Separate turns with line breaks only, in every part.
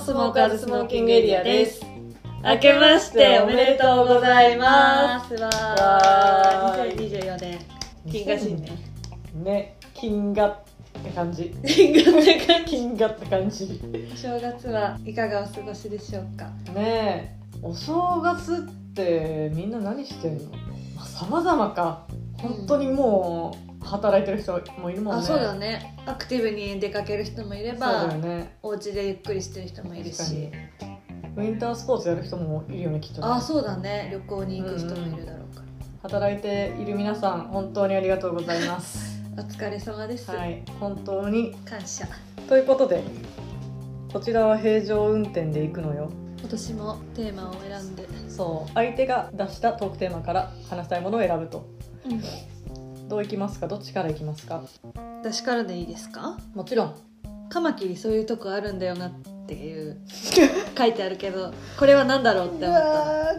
スモーカーズスモーキングエリアです。明けましておめでとうございます。2024年金河新年
ね、金河って感じ。金河って感じ。
お正月はいかがお過ごしでしょうか。
ねえ、お正月ってみんな何してんの？様々か。本当にもう働いてる人もいるもんね。
あ、そうだね。アクティブに出かける人もいれば、
そうだよね、
お家でゆっくりしてる人もいるし、
ウィンタースポーツやる人もいるよね、きっとね。
あ、そうだね。旅行に行く人もいるだろうから、
働いている皆さん本当にありがとうございます
お疲れ様です。
はい、本当に
感謝。
ということで、こちらは平常運転で行くのよ。
今年もテーマを選んで、
そう、相手が出したトークテーマから話したいものを選ぶと、どういきますか？どっちからいきますか？
私からでいいですか？
もちろん。
カマキリそういうとこあるんだよなっていう書いてあるけど、これは何だろうって思った。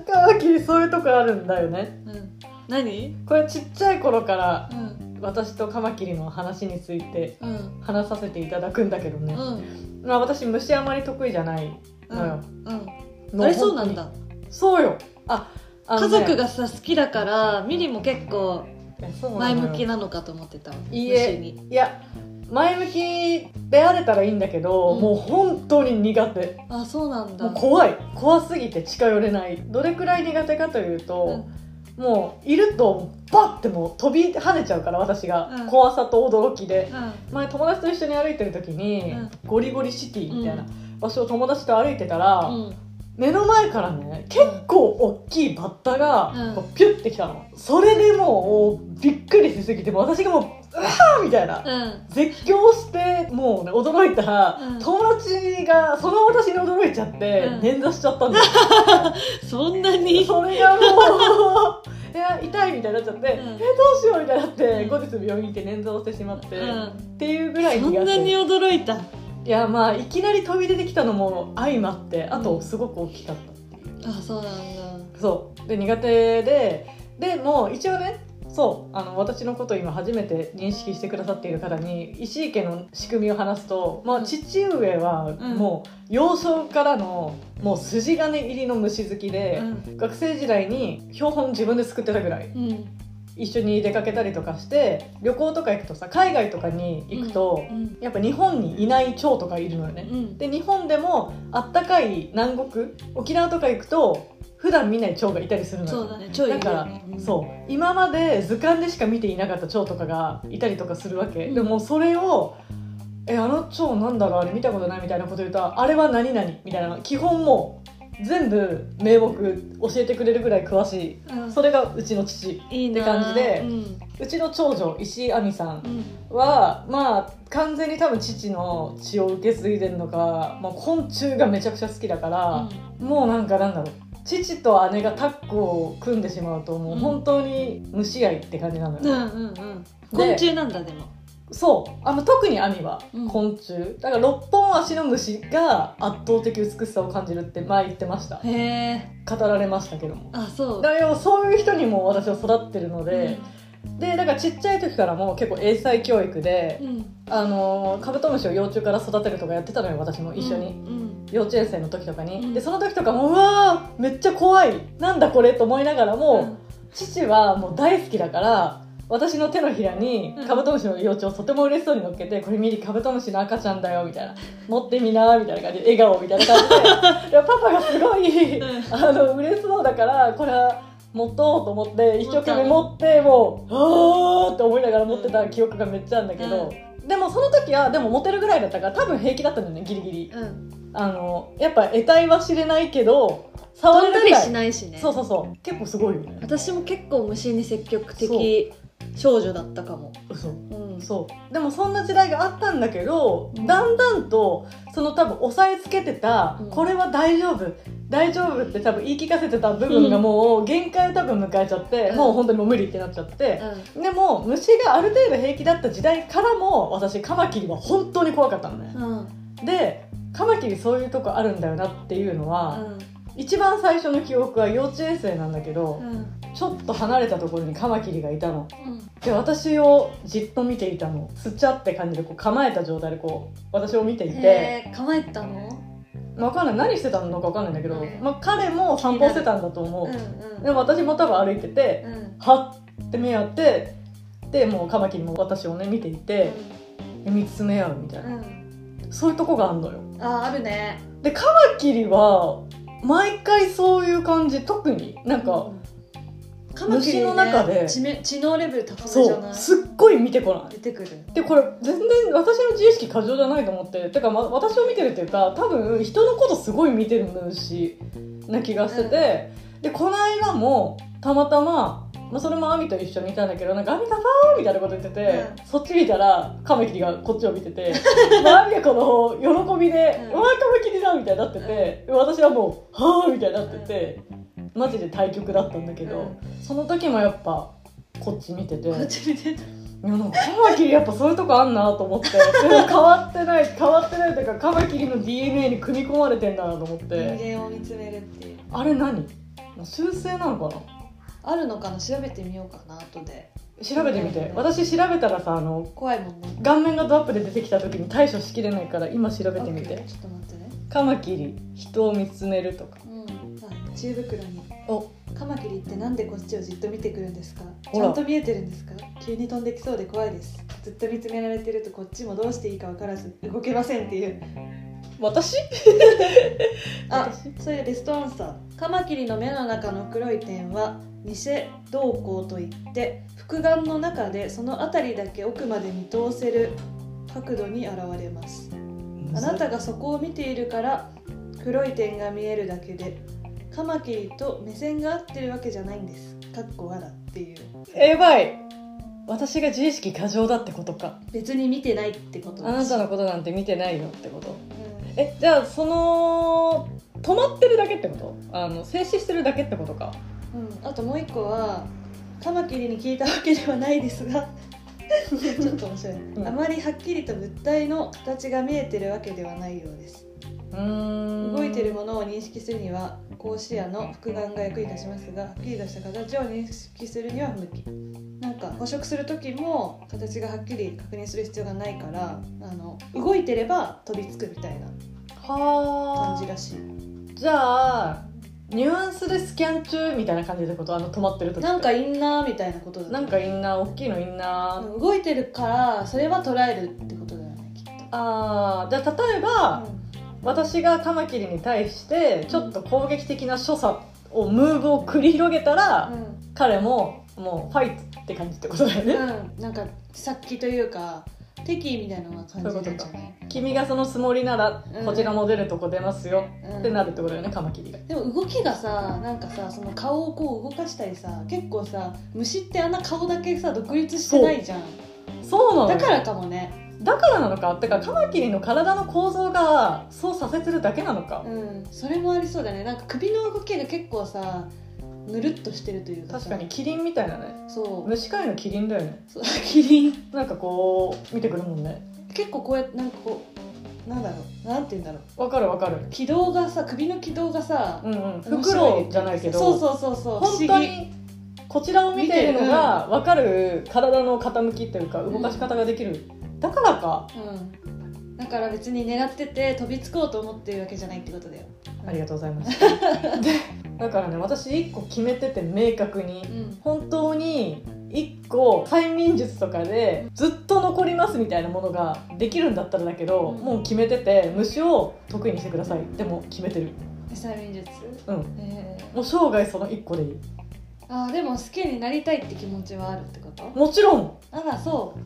カマキリそういうとこあるんだよね。
何？
これちっちゃい頃から、私とカマキリの話について話させていただくんだけどね、私虫あまり得意じゃないのよ、
あれ、そうなんだ。
そうよ。
家族がさ好きだからミリも結構前向きなのかと思ってた。
いや、前向きであれたらいいんだけど、もう本当に苦手。
あ、そうなんだ。
もう怖すぎて近寄れない。どれくらい苦手かというと、もういるとバッてもう飛び跳ねちゃうから、私が、怖さと驚きで、前友達と一緒に歩いてる時に、ゴリゴリシティみたいな場所を友達と歩いてたら、目の前からね、結構大きいバッタがこうピュッてきたの。それでもうびっくりしすぎて、もう私がもううわーみたいな、絶叫してもうね、驚いたら、友達がその私に驚いちゃって捻挫しちゃったんだよ。
そんなに？
それがもういや痛いみたいになっちゃって、どうしようみたいになって、後日病院行って捻挫をしてしまって、っていうぐらい苦手。
そんなに驚いた？
いや、まあいきなり飛び出てきたのも相まって、あとすごく大きかったっていう。
あ、そうなんだ。
そうで、苦手でも一応ね、そう、私のことを今初めて認識してくださっている方に石井家の仕組みを話すと、父上はもう幼少からのもう筋金入りの虫好きで、学生時代に標本自分で作ってたぐらい、一緒に出かけたりとかして、旅行とか行くとさ、海外とかに行くと、やっぱ日本にいない蝶とかいるのよね、で日本でもあったかい南国沖縄とか行くと普段見ない蝶がいたりするのよ。
そうだね、蝶いるよね。
だから、そう今まで図鑑でしか見ていなかった蝶とかがいたりとかするわけ、でもそれをあの蝶なんだろう、あれ見たことないみたいなこと言うと、あれは何々みたいな、基本もう全部名目教えてくれるぐらい詳しい、それがうちの父って感じで、うちの長女石井亜美さんは、まあ完全に多分父の血を受け継いでるのか、昆虫がめちゃくちゃ好きだから、もうなんだろう、父と姉がタッグを組んでしまうともう本当に虫愛って感じなのよ、
昆虫なんだ。でも
そう特に亜美は昆虫、だから6本足の虫が圧倒的美しさを感じるって前言ってました。語られましたけども。
あ、そう
だからそういう人にも私は育ってるので、でだからちっちゃい時からも結構英才教育で、カブトムシを幼虫から育てるとかやってたのよ、私も一緒に、幼稚園生の時とかに、でその時とかもうわーめっちゃ怖い、なんだこれと思いながらも、父はもう大好きだから私の手のひらにカブトムシの幼虫をとても嬉しそうに乗っけて、これ見りカブトムシの赤ちゃんだよみたいな、持ってみなみたいな感じで笑顔みたいな感じでパパがすごい嬉しそうだから、これは持とうと思って一生懸命持って、もうあーって思いながら持ってた記憶がめっちゃあるんだけど、でもその時はでも持てるぐらいだったから多分平気だったんだよね、ギリギリ、やっぱ得体は知れないけど触れるぐらい、
飛んだりしないしね。
そう結構すごいよね。
私も結構虫に積極的少女だったかも。
そうでもそんな時代があったんだけど、だんだんとその多分押さえつけてた、これは大丈夫って多分言い聞かせてた部分がもう限界を多分迎えちゃって、もう本当にもう無理ってなっちゃって、でも虫がある程度平気だった時代からも私カマキリは本当に怖かったのね、でカマキリそういうとこあるんだよなっていうのは、一番最初の記憶は幼稚園生なんだけど、ちょっと離れたところにカマキリがいたの、で私をじっと見ていたの、スチャって感じでこう構えた状態でこう私を見ていて、
構えたの？
分かんない、何してたのか分かんないんだけど、まあ、彼も散歩してたんだと思う、
うんうん、
でも私も多分歩いてて、
うん、
はって目合って、でもうカマキリも私をね見ていて、見つめ合うみたいな、そういうとこがあるのよ。
あるね。
でカマキリは毎回そういう感じ、特になんか、
カマキリ、ね、
虫の中で
知能レベル高めじゃない？
そうすっごい見てこない、
出てくる。
でこれ全然私の自意識過剰じゃないと思って、てか、私を見てるっていうか、多分人のことすごい見てる虫な気がしてて、でこの間もたまたま、それもアミと一緒にいたんだけど、なんかアミがファーみたいなこと言ってて、そっち見たらカマキリがこっちを見ててアミがこの喜びで、うわカマキリだみたいになってて、私はもうはーみたいになってて、マジで対局だったんだけど、その時もやっぱこっち見てて、
こっち見てた。
いやなんかカマキリやっぱそういうとこあんなと思って変わってないというか、カマキリの DNA に組み込まれてんだなと思って、
人間を見つめるっていう。
あれ何？習性なのかな？
あるのかな、調べてみようかな、後で
調べてみて。私調べたらさ、
怖いもんね、
顔面がドアップで出てきた時に対処しきれないから、今調べてみて。
ちょっと待ってね。
カマキリ人を見つめるとか、
知恵袋に
お
カマキリってなんでこっちをじっと見てくるんですか？ちゃんと見えてるんですか？急に飛んできそうで怖いです。ずっと見つめられてるとこっちもどうしていいか分からず動けませんっていう。
私
そういうベストアンサー。カマキリの目の中の黒い点は偽瞳孔といって、複眼の中でその辺りだけ奥まで見通せる角度に現れます。あなたがそこを見ているから黒い点が見えるだけで、カマキリと目線が合ってるわけじゃないんです。かっこ笑っていう。
やばい、私が自意識過剰だってことか。
別に見てないってことだし、
あなたのことなんて見てないよってこと、じゃあその止まってるだけってこと？静止してるだけってことか。
あともう一個は、カマキリに聞いたわけではないですがちょっと面白い、あまりはっきりと物体の形が見えてるわけではないようです。動いてるものを認識するには高視野の複眼が役に立ちますが、はっきりとした形を認識するには不向き。なんか捕食する時も形がはっきり確認する必要がないから、動いてれば飛びつくみたいな感じらしい。
じゃあニュアンスでスキャン中みたいな感じでこと？止まってる時
なんかインナーみたいなことだ。
なんかインナー、大きいのインナー、
動いてるからそれは捉えるってことだよね、きっと。
じゃあ例えば、私がカマキリに対してちょっと攻撃的な所作を、ムーブを繰り広げたら、彼ももうファイトって感じってことだよね。
なんか殺気というか敵意みたいなのが感じるんじゃない？
君がそのつもりなら、こちらも出るとこ出ますよ、ってなるってことだよね、カマキリが。
でも動きがさ、なんかさ、その顔をこう動かしたりさ、結構さ、虫ってあんな顔だけさ独立してないじゃん。
そうなのよ。
だからかもね。
だからなのか。ってかカマキリの体の構造がそうさせてるだけなのか。
それもありそうだね。なんか首の動きが結構さ、ぬるっとしてるというかさ。
確かにキリンみたいなね。
そう。
虫界のキリンだよね。
そう、キリン。
なんかこう見てくるもんね。
結構こうやってなんかこう、なんだろう、なんて言うんだろう。
わかるわかる。
軌道がさ、首の軌道がさ、
袋じゃないけど。
そう。
本当にこちらを見ているのがわかる体の傾きっていうか動かし方ができる。だからか。
だから別に狙ってて飛びつこうと思ってるわけじゃないってことだよ。
ありがとうございますでだからね、私1個決めてて明確に、本当に1個催眠術とかでずっと残りますみたいなものができるんだったらだけど、もう決めてて、虫を得意にしてくださいでも決めてる。
催眠術？
もう生涯その1個でいい。
でも好きになりたいって気持ちはあるってこと？
もちろん。
あら、そう。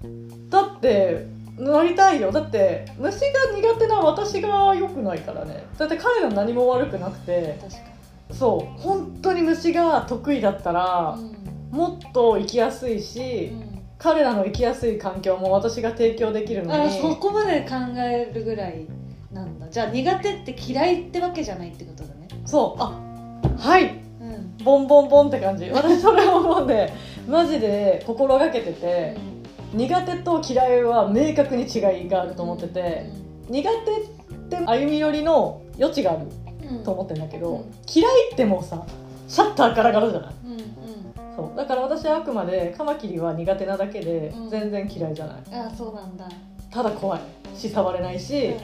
だってなりたいよ。だって虫が苦手な私が良くないからね。だって彼ら何も悪くなくて。
確かに。
そう、本当に虫が得意だったら、もっと生きやすいし、彼らの生きやすい環境も私が提供できるのに。
そこまで考えるぐらいなんだ。じゃあ苦手って嫌いってわけじゃないってことだね。
そう、はい、ボンボンボンって感じ。私それを思うんでマジで心がけてて、苦手と嫌いは明確に違いがあると思ってて、苦手って歩み寄りの余地があると思ってるんだけど、嫌いってもうさシャッターガラガラじゃない。そうだから私はあくまでカマキリは苦手なだけで、全然嫌いじゃない。
そうなんだ。
ただ怖いし、触れないし、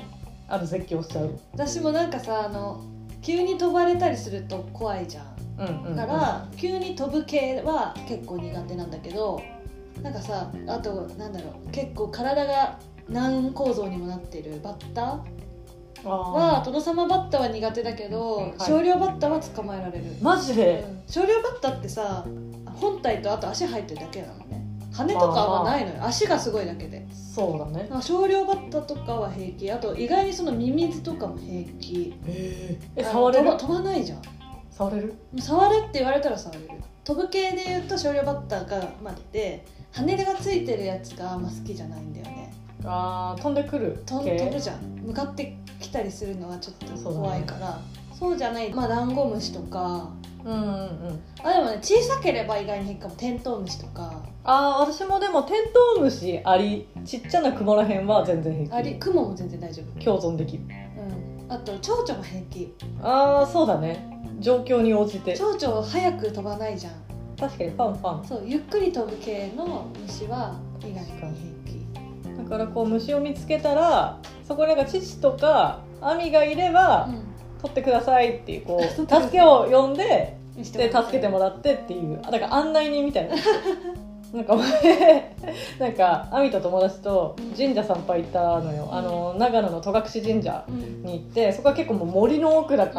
ある絶叫しちゃう。
私もなんかさ急に飛ばれたりすると怖いじゃん、だから急に飛ぶ系は結構苦手なんだけど、なんかさあとなんだろう、結構体が軟構造にもなってるバッタはトノサマバッタは苦手だけど、少量バッタは捕まえられる。
マジで、
少量バッタってさ本体とあと足入ってるだけなのね。羽とかはないのよ、足がすごいだけで。
そうだね。
少量バッタとかは平気。あと意外にそのミミズとかも平気。
触れる？
飛ばないじゃん。
触れる？
触れって言われたら触れる。飛ぶ系で言うと少量バッタがまで羽がついてるやつがあんま好きじゃないんだよね。
飛んでくる
飛ぶじゃん。向かってきたりするのがちょっと怖いから、そうじゃない、ダンゴムシとか、でもね小さければ意外に平気かも。テントウムシとか。
私もでもテントウムシアリちっちゃなクモらへんは全然平気。
アリクモも全然大丈夫。
共存できる。
あと蝶々も平気。
そうだね、状況に応じて。
蝶々早く飛ばないじゃん。
確かにファンファン。
そう、ゆっくり飛ぶ系の虫は意外に平気。
だからこう虫を見つけたらそこになんか父とか網がいれば、取ってくださいっていうこう助けを呼んでで助けてもらってっていう、だから案内人みたいななんか前なんか亜美と友達と神社参拝行ったのよ、長野の戸隠神社に行って、そこは結構もう森の奥だから、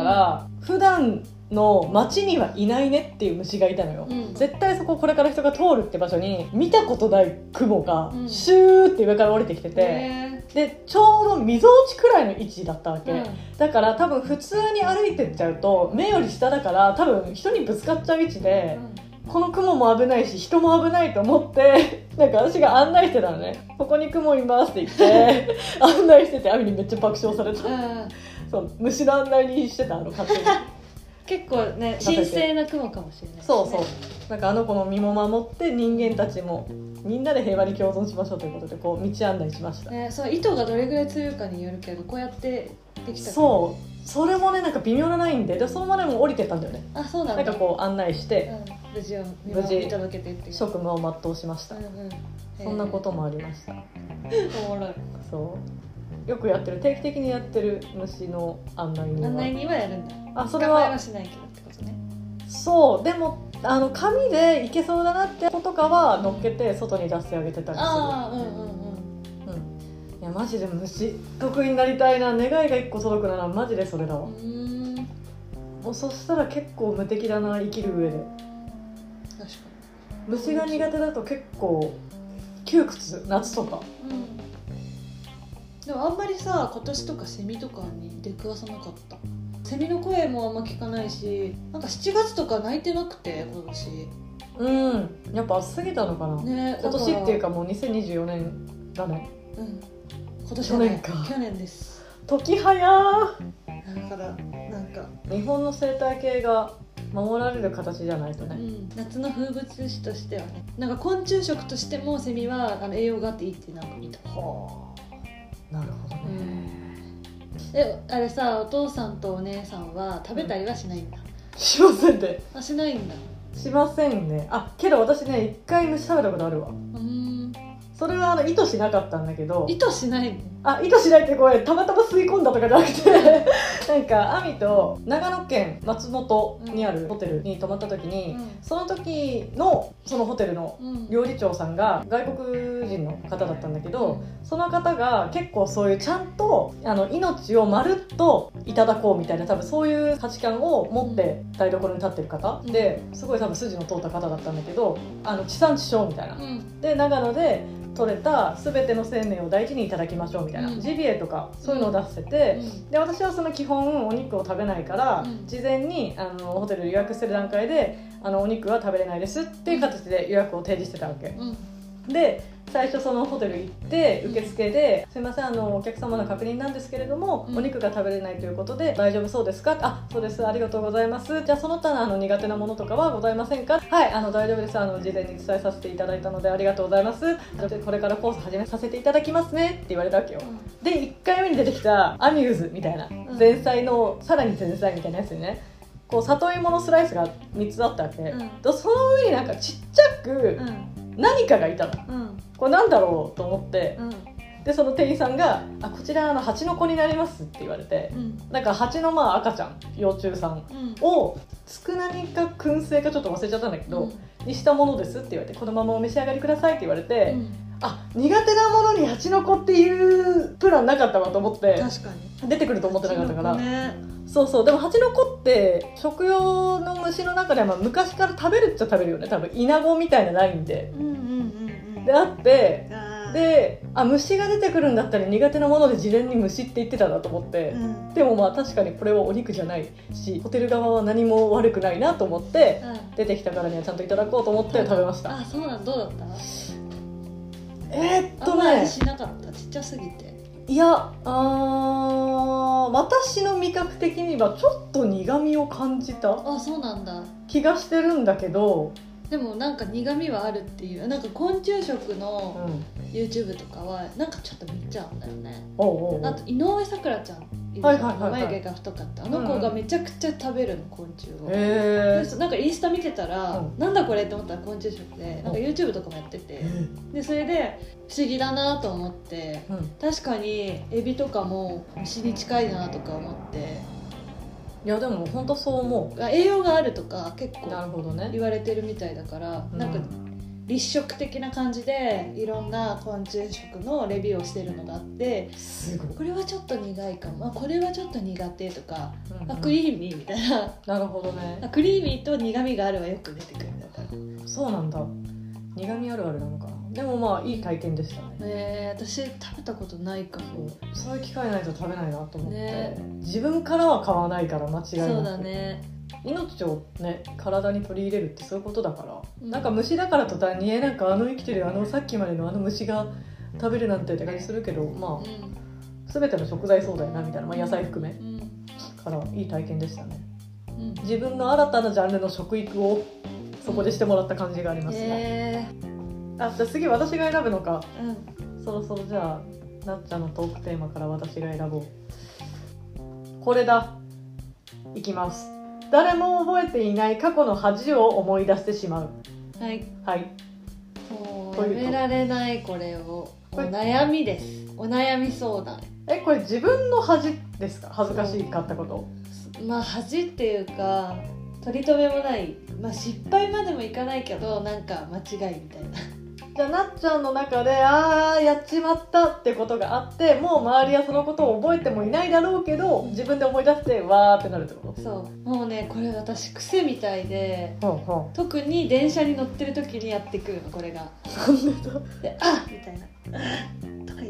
普段の街にはいないねっていう虫がいたのよ、絶対そここれから人が通るって場所に見たことない雲がシューって上から降りてきてて、でちょうどみぞおちくらいの位置だったわけ、だから多分普通に歩いてっちゃうと目より下だから多分人にぶつかっちゃう位置で、この雲も危ないし人も危ないと思ってなんか私が案内してたのね。ここに雲いますって言って案内してて、亜美にめっちゃ爆笑されたそう虫の案内にしてた勝手に
結構ね神聖な雲かもしれない、ね、
そうなんか子の身も守って人間たちもみんなで平和に共存しましょうということでこう道案内しました、
そう糸がどれぐらい強いかによるけど、こうやってできた。
それもねなんか微妙なラインでそのままでも降りてったんだよね。
そうなんだ。
なんかこう案内して、
無事を見届けてっていう
職務を全うしました、そんなこともありました。
おもろい。
そうよくやってる、定期的にやってる虫の案内人
はやるんだ。
それは
しないけどってことね。
そうでも紙でいけそうだなって子とかは乗っけて外に出してあげてたりする。いやマジで虫得意になりたいな、願いが1個届くならマジでそれだわ。もうそしたら結構無敵だな、生きる上で。
確かに
虫が苦手だと結構窮屈、夏とか、
でもあんまりさ今年とかセミとかに出くわさなかった。セミの声もあんま聞かないし、なんか7月とか鳴いてなくて今年。
やっぱ暑すぎたのかな、今年っていうかもう2024年だね。
今年はね、去年です。
時早
だからなんか
日本の生態系が守られる形じゃないとね、
夏の風物詩としてはね、なんか昆虫食としてもセミは栄養があっていいってなんか見た。
なるほどね。
あれさ、お父さんとお姉さんは食べたりはしないんだ。
しませんね。
しないんだ。
しませんね。けど私ね1回虫食べたことあるわ。それは意図しなかったんだけど。
意図しないの？
意図しないってこれたまたま吸い込んだとかじゃなくてなんか亜美と長野県松本にあるホテルに泊まった時に、その時のそのホテルの料理長さんが外国人の方だったんだけど、その方が結構そういうちゃんと命をまるっといただこうみたいな、多分そういう価値観を持って台所に立ってる方で、すごい多分筋の通った方だったんだけど、地産地消みたいな、で長野で取れた全ての生命を大事にいただきましょうみたいな、ジビエとかそういうのを出してて、で私はその基本お肉を食べないから、事前にホテル予約してる段階でお肉は食べれないですっていう形で予約を提示してたわけ、で最初そのホテル行って受付で、すいませんお客様の確認なんですけれども、お肉が食べれないということで大丈夫そうですか？そうです、ありがとうございます。じゃあその他苦手なものとかはございませんか？はい、大丈夫です。事前に伝えさせていただいたのでありがとうございます。これからコース始めさせていただきますねって言われたわけよ、で1回目に出てきたアミューズみたいな、前菜のさらに前菜みたいなやつにね、こう里芋のスライスが3つあったわけ、その上になんかちっちゃく何かがいたの、これなんだろうと思って、 でその店員さんが「こちら蜂の子になります」って言われて、なんか蜂の赤ちゃん幼虫さんを佃煮か燻製かちょっと忘れちゃったんだけど、にしたものですって言われて、このままお召し上がりくださいって言われて、苦手なものに蜂の子っていうプランなかったわと思って、
確かに
出てくると思ってなかったから、そうそう。でも蜂の子って食用の虫の中では昔から食べるっちゃ食べるよね、多分イナゴみたいなラインで、であって、で虫が出てくるんだったら苦手なもので事前に虫って言ってたなと思って、でも確かにこれはお肉じゃないし、ホテル側は何も悪くないなと思って、出てきたからにはちゃんといただこうと思って食べました。
そうなん、どうだった？味しなかった？ちっちゃすぎて。
いや、私の味覚的にはちょっと苦味を感じた
そうなんだ
気がしてるんだけど、
でもなんか苦味はあるっていう、なんか昆虫食の YouTube とかはなんかちょっと見ちゃうんだよね。あと井上咲楽ちゃんいるじゃん、眉毛が太かった、あの子がめちゃくちゃ食べるの、昆虫を。なんかインスタ見てたら、なんだこれって思ったら昆虫食で、なんか YouTube とかもやってて、でそれで不思議だなと思って、確かにエビとかも虫に近いなとか思って。
いやでも本当そう思う。
栄養があるとか結構
ね、
言われてるみたいだから、なんか立食的な感じでいろんな昆虫食のレビューをしてるのがあって、
すごい、
これはちょっと苦いかも、これはちょっと苦手とか、クリーミーみたいな。
なるほどね。
クリーミーと苦味があるはよく出てくるんだから。
そうなんだ、苦味あるあるなのかな。でもいい体験でした
ね。私食べたことないかも。
そういう機会ないと食べないなと思って、自分からは買わないから間違いなく。
そうだね、
命をね体に取り入れるってそういうことだから、なんか虫だから途端になんか生きてるさっきまでの虫が食べるなんてって感じするけど、全ての食材そうだよなみたいな、野菜含め、からいい体験でしたね。自分の新たなジャンルの食育をそこでしてもらった感じがありますね。じゃあ次私が選ぶのか。そろそろじゃあなっちゃんのトークテーマから私が選ぼう。これだ、いきます。誰も覚えていない過去の恥を思い出してしまう。
はい、もう
や
められない。これをお悩みです。お悩み相談。
これ自分の恥ですか？恥ずかしかったこと。
恥っていうか取り留めもない、失敗までもいかないけど、なんか間違いみたいな。
じゃあなっちゃんの中でやっちまったってことがあって、もう周りはそのことを覚えてもいないだろうけど、自分で思い出してわーってなるってこと？そう、
もうね、これ私癖みたいで、特に電車に乗ってる時にやってくるの、これが。で、みたいなとか言って、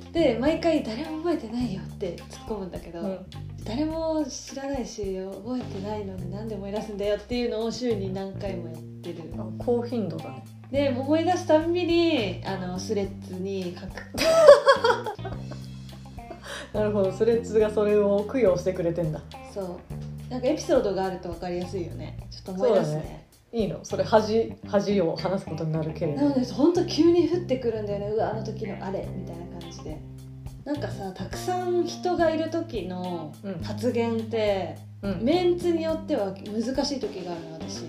で毎回誰も覚えてないよって突っ込むんだけど、誰も知らないし覚えてないのになんで思い出すんだよっていうのを週に何回もやってる。
高頻度だね。
で思い出すたんびにスレッズに書く。
なるほど、スレッズがそれを供養してくれてんだ。
そう、なんかエピソードがあると分かりやすいよね。ちょっと思い出す ね。
いいの？それ恥を話すことになるけれど。
なので本当急に降ってくるんだよね。あの時のあれみたいな感じで。なんかさ、たくさん人がいる時の発言って、メンツによっては難しい時があるの、私。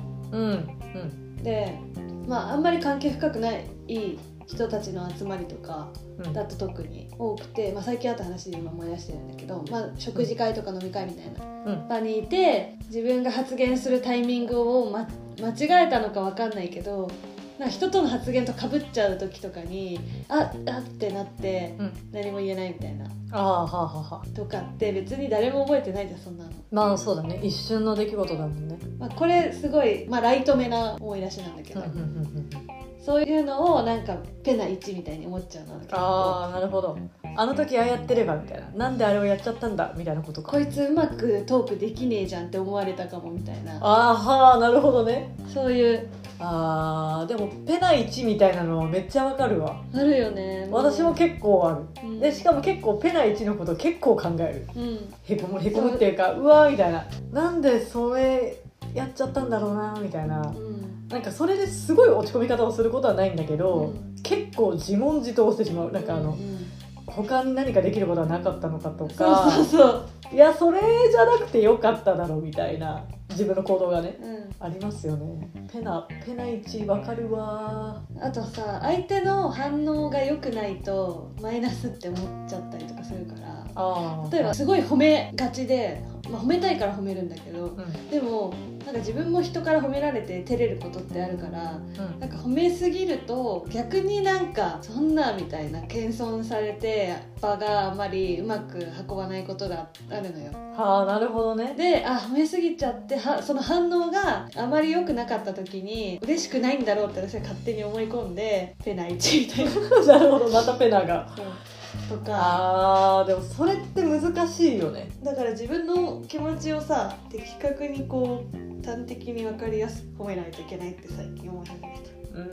で、あんまり関係深くない人たちの集まりとかだと特に多くて、最近あった話で今思い出してるんだけど、食事会とか飲み会みたいな場にいて、自分が発言するタイミングを、間違えたのか分かんないけど、なんか人との発言とかぶっちゃう時とかにってなって、何も言えないみたいなとかって別に誰も覚えてないじゃん、そんなの。
そうだね、一瞬の出来事だもんね。
これすごい、ライトめな思い出しなんだけど、そういうのをなんかペナ1みたいに思っちゃうの。
なるほど。あの時やってればみたいな、なんであれをやっちゃったんだみたいなことか。
こいつうまくトークできねえじゃんって思われたかもみたいな。
なるほどね。
そういう
でもペナ1みたいなのはめっちゃわかるわ。
あるよね。
私も結構ある、でしかも結構ペナ1のこと結構考える、へこむっていうか、うわーみたいな、なんでそれやっちゃったんだろうなみたいな、なんかそれですごい落ち込み方をすることはないんだけど、結構自問自答してしまう。なんか他に何かできることはなかったのかとか、いやそれじゃなくてよかっただろうみたいな、自分の行動がね、 ありますよね。ペナ1わかるわ。
あとさ、相手の反応が良くないとマイナスって思っちゃったりとかするから、例えばすごい褒めがちで、褒めたいから褒めるんだけど、でもなんか自分も人から褒められて照れることってあるから、なんか褒めすぎると逆になんかそんなみたいな謙遜されて場があまりうまく運ばないことがあるのよ。
なるほどね。
で、褒めすぎちゃってその反応があまり良くなかった時に嬉しくないんだろうって私は勝手に思い込んでペナ1みたいな
なるほど、またペナが
とか。
でもそれって難しいよね。
だから自分の気持ちをさ、的確にこう端的に分かりやすく褒めないといけないって最近思い始めた。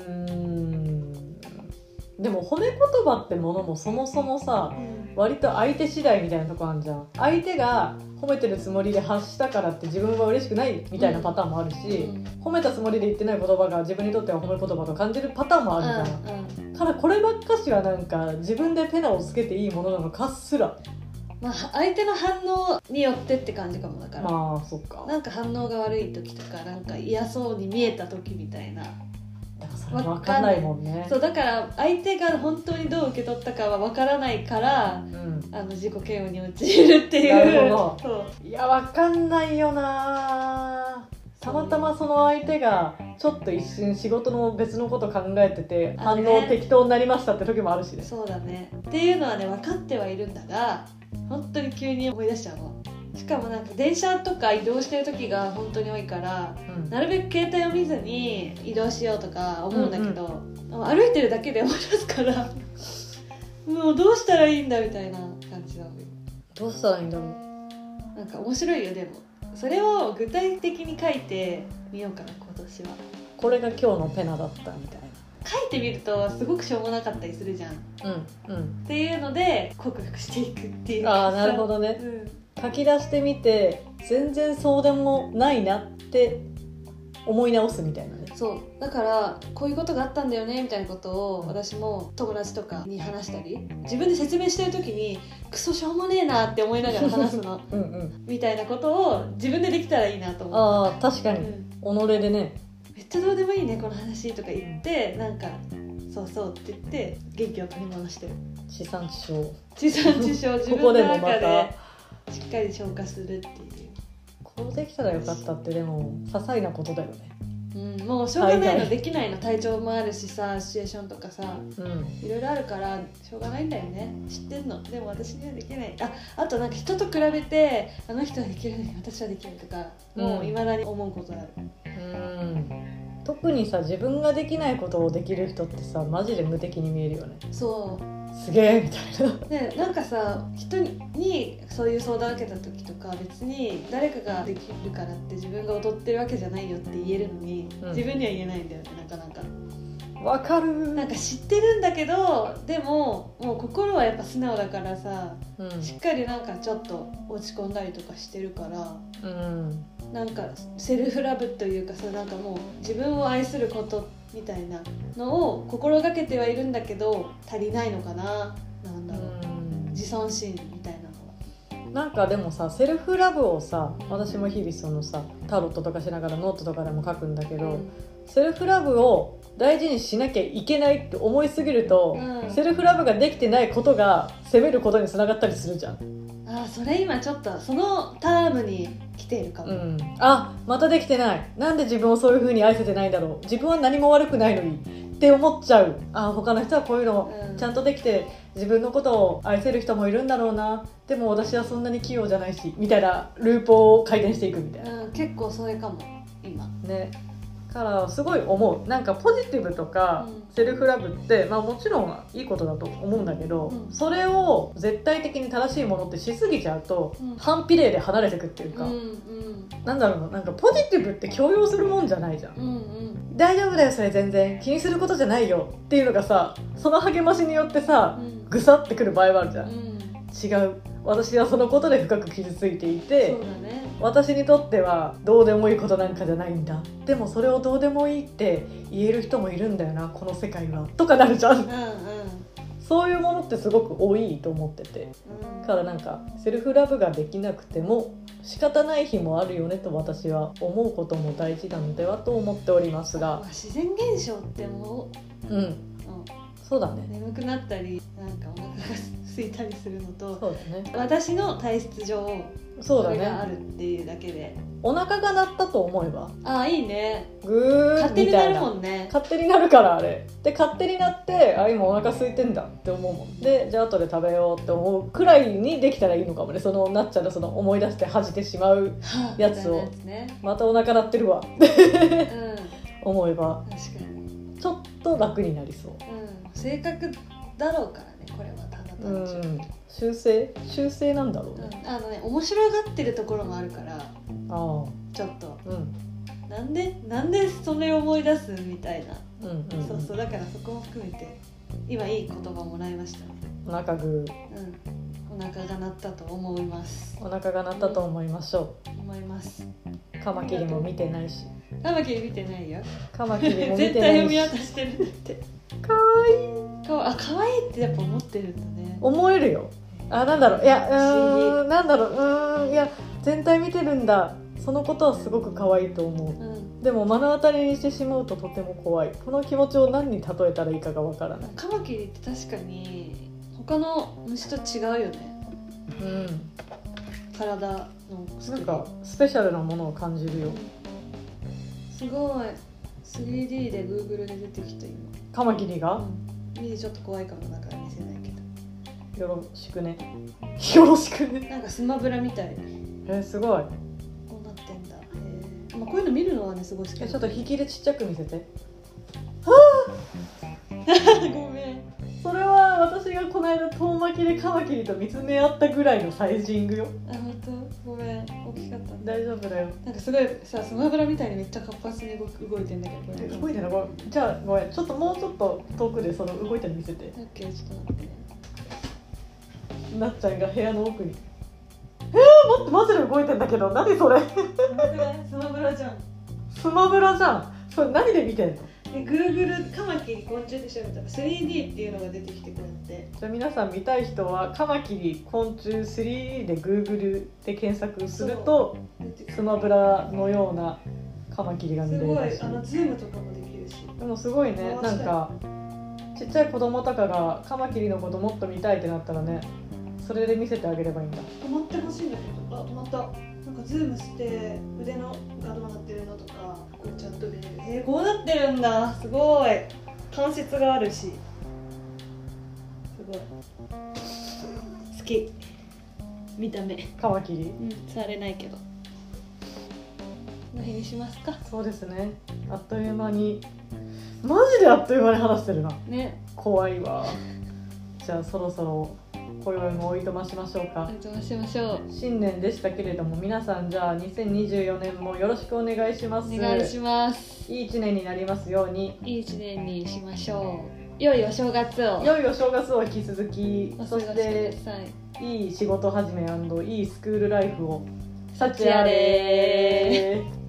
でも褒め言葉ってものもそもそもさ、割と相手次第みたいなとこあるじゃん。相手が褒めてるつもりで発したからって自分は嬉しくないみたいなパターンもあるし、褒めたつもりで言ってない言葉が自分にとっては褒め言葉と感じるパターンもあるじゃん。ただこればっかしはなんか自分でペナをつけていいものなのかすら、
相手の反応によってって感じかも。だから
そっか、
なんか反応が悪い時とか、なんか嫌そうに見えた時みたいな、
それ分かんないもんね。
そうだから相手が本当にどう受け取ったかは分からないから、自己嫌悪に陥るっていう。
なるほど。いや分かんないよな。たまたまその相手がちょっと一瞬仕事の別のこと考えてて反応適当になりましたって時もあるしね。
そうだね。っていうのはね、分かってはいるんだが、本当に急に思い出しちゃうの。しかもなんか電車とか移動してる時が本当に多いから、なるべく携帯を見ずに移動しようとか思うんだけど、歩いてるだけで思い出すからもうどうしたらいいんだみたいな感じだ。
どうしたらいいんだろ
う。なんか面白いよ。でもそれを具体的に書いてみようかな、今年は。
これが今日のペナだったみたいな。
書いてみるとすごくしょうもなかったりするじゃん。っていうので克服していくっていう。
なるほどね。書き出してみて全然そうでもないなって思い直すみたいなね。
そうだからこういうことがあったんだよねみたいなことを私も友達とかに話したり、自分で説明してる時にクソしょうもねえなって思いながら話すのみたいなことを自分でできたらいいなと思って。
確かに、己でね、
めっちゃどうでもいいねこの話とか言って、なんかそうそうって言って元気を取り戻してる。
地産地消
自分の中でしっかり消化するっていう。
こうできたらよかったって、でも些細なことだよね。
もうしょうがないの、できないの、体調もあるしさ、シチュエーションとかさ、いろいろあるからしょうがないんだよね。知ってんの。でも私にはできない。あとなんか人と比べてあの人はできるのに私はできないとか、もう未だに思うことある。
特にさ、自分ができないことをできる人ってさ、マジで無敵に見えるよね。
そう
すげえみたいな。
でなんかさ、人にそういう相談を受けた時とか、別に誰かができるからって自分が劣ってるわけじゃないよって言えるのに、自分には言えないんだよね、なかなか。
わかる。
なんか知ってるんだけど、でももう心はやっぱ素直だからさ、しっかりなんかちょっと落ち込んだりとかしてるから、なんかセルフラブというかさ、なんかもう自分を愛することみたいなのを心がけてはいるんだけど足りないのかな。なんだろう、自尊心みたいなのは。
なんかでもさ、セルフラブをさ、私も日々そのさ、タロットとかしながらノートとかでも書くんだけど、セルフラブを大事にしなきゃいけないって思いすぎると、セルフラブができてないことが責めることにつながったりするじゃん。
それ今ちょっとそのタームに来ているかも。
またできてない、なんで自分をそういう風に愛せてないんだろう、自分は何も悪くないのにって思っちゃう。他の人はこういうのちゃんとできて自分のことを愛せる人もいるんだろうな、でも私はそんなに器用じゃないしみたいなループを回転していくみたいな、
結構それかも今
ね。からすごい思う。なんかポジティブとかセルフラブって、もちろんいいことだと思うんだけど、それを絶対的に正しいものってしすぎちゃうと、反比例で離れてくっていうか、なんだろうな、なんかポジティブって強要するもんじゃないじゃん。大丈夫だよそれ全然気にすることじゃないよっていうのがさ、その励ましによってさ、ぐさってくる場合はあるじゃん。違う、私はそのことで深く傷ついていて、
そうだね、
私にとってはどうでもいいことなんかじゃないんだ、でもそれをどうでもいいって言える人もいるんだよなこの世界はとかなるじゃん。 そういうものってすごく多いと思ってて、だからなんかセルフラブができなくても仕方ない日もあるよねと私は思うことも大事なのではと思っておりますが、
自然現象ってもう、
そうだね、
眠くなったりなんかお腹が空いたりするのと、
そうだね、
私の体質上
そうだね、
それがあるっていうだけで、
お腹が鳴ったと思えば、
あ、いいね、
グー
勝手になるも
ん
んね。
勝手になるからあれで、勝手になって、あ、今お腹空いてんだって思うもんで、じゃあ後で食べようって思うくらいにできたらいいのかもね。そのなっちゃんのその思い出して恥じてしまうやつを、またお腹鳴ってるわって思えば、
確かに
ちょっと楽になりそう。
性格だろうからね、これはただ単純に、
修正なんだろうね、
面白がってるところもあるから、ちょっと、なんでそれを思い出すみたいな、そうそう、だからそこも含めて今いい言葉もらいましたね。
お腹グー、
お腹が鳴ったと思います。
お腹が鳴ったと思いましょ
う、思います。
カマキリも見てないし。
カマキリ見てないよ。
カマキリも見てないし
絶対読み渡してるんだって。
かわいい。
かわいいってやっぱ思ってるんだね。
思えるよ。なんだろう、いや、なんだろう、いや、全体見てるんだ。そのことはすごく可愛いと思う、でも目の当たりにしてしまうととても怖い。この気持ちを何に例えたらいいかがわからない。
カマキリって確かに他の虫と違うよね。体の
なんかスペシャルなものを感じるよ、
すごい。 3D で Google で出てきた今。
カマキリが、
見てちょっと怖いかもだから見せないけど。
よろしくね。よろしくね。
なんかスマブラみたい。
すごい。
こうなってんだ。まあ、こういうの見るのはねすごい好き。
ちょっと引きでちっちゃく見せて。
ごめん。
それは私がこの間遠巻きでカマキリと見つめ合ったぐらいのサイジングよ。
本当？ごめん、大きかった。
大丈夫だよ。
なんかすごいさ、スマブラみたいにめっちゃ活発に動いてんだけど。
動いてるの？じゃあごめん、ちょっともうちょっと遠くでその動いてるの見せて。
オッケー、ちょっと待ってね。
なっちゃんが部屋の奥に。待って、マジで動いてんだけど、何それ。
スマブラじゃん。
スマブラじゃん。それ何で見てんの
？Google カマキリ昆虫で調べたら 3D っていうのが出てきて、こうやって。
じゃあ皆さん見たい人はカマキリ昆虫 3D で Google で検索するとスマブラのようなカマキリが見れるらしい。
すごい、ズームとかもできるし。
でもすごいね、なんかちっちゃい子供とかがカマキリのこともっと見たいってなったらね、それで見せてあげればいいんだ。
止まってほしいんだけど。止まった。なんかズームして腕のがどうなってるのとかこうちゃんと見れる。こうなってるんだ。すごい。関節があるし、すごい好き。見た目
カマキリ、
触れないけど。の日にしますか。
そうですね、あっという間に、マジであっという間に話してるな
ね。
怖いわ。じゃあそろそろ今宵もおいとましましょうか。
おいとましましょう。
新年でしたけれども、皆さんじゃあ2024年もよろしくお願いします。
お願いします。
いい一年になりますように。
いい一年にしましょう。良いお正月を。
良いお正月を引き続き、
そ
していい仕事始め&いいスクールライフを。
幸あれー。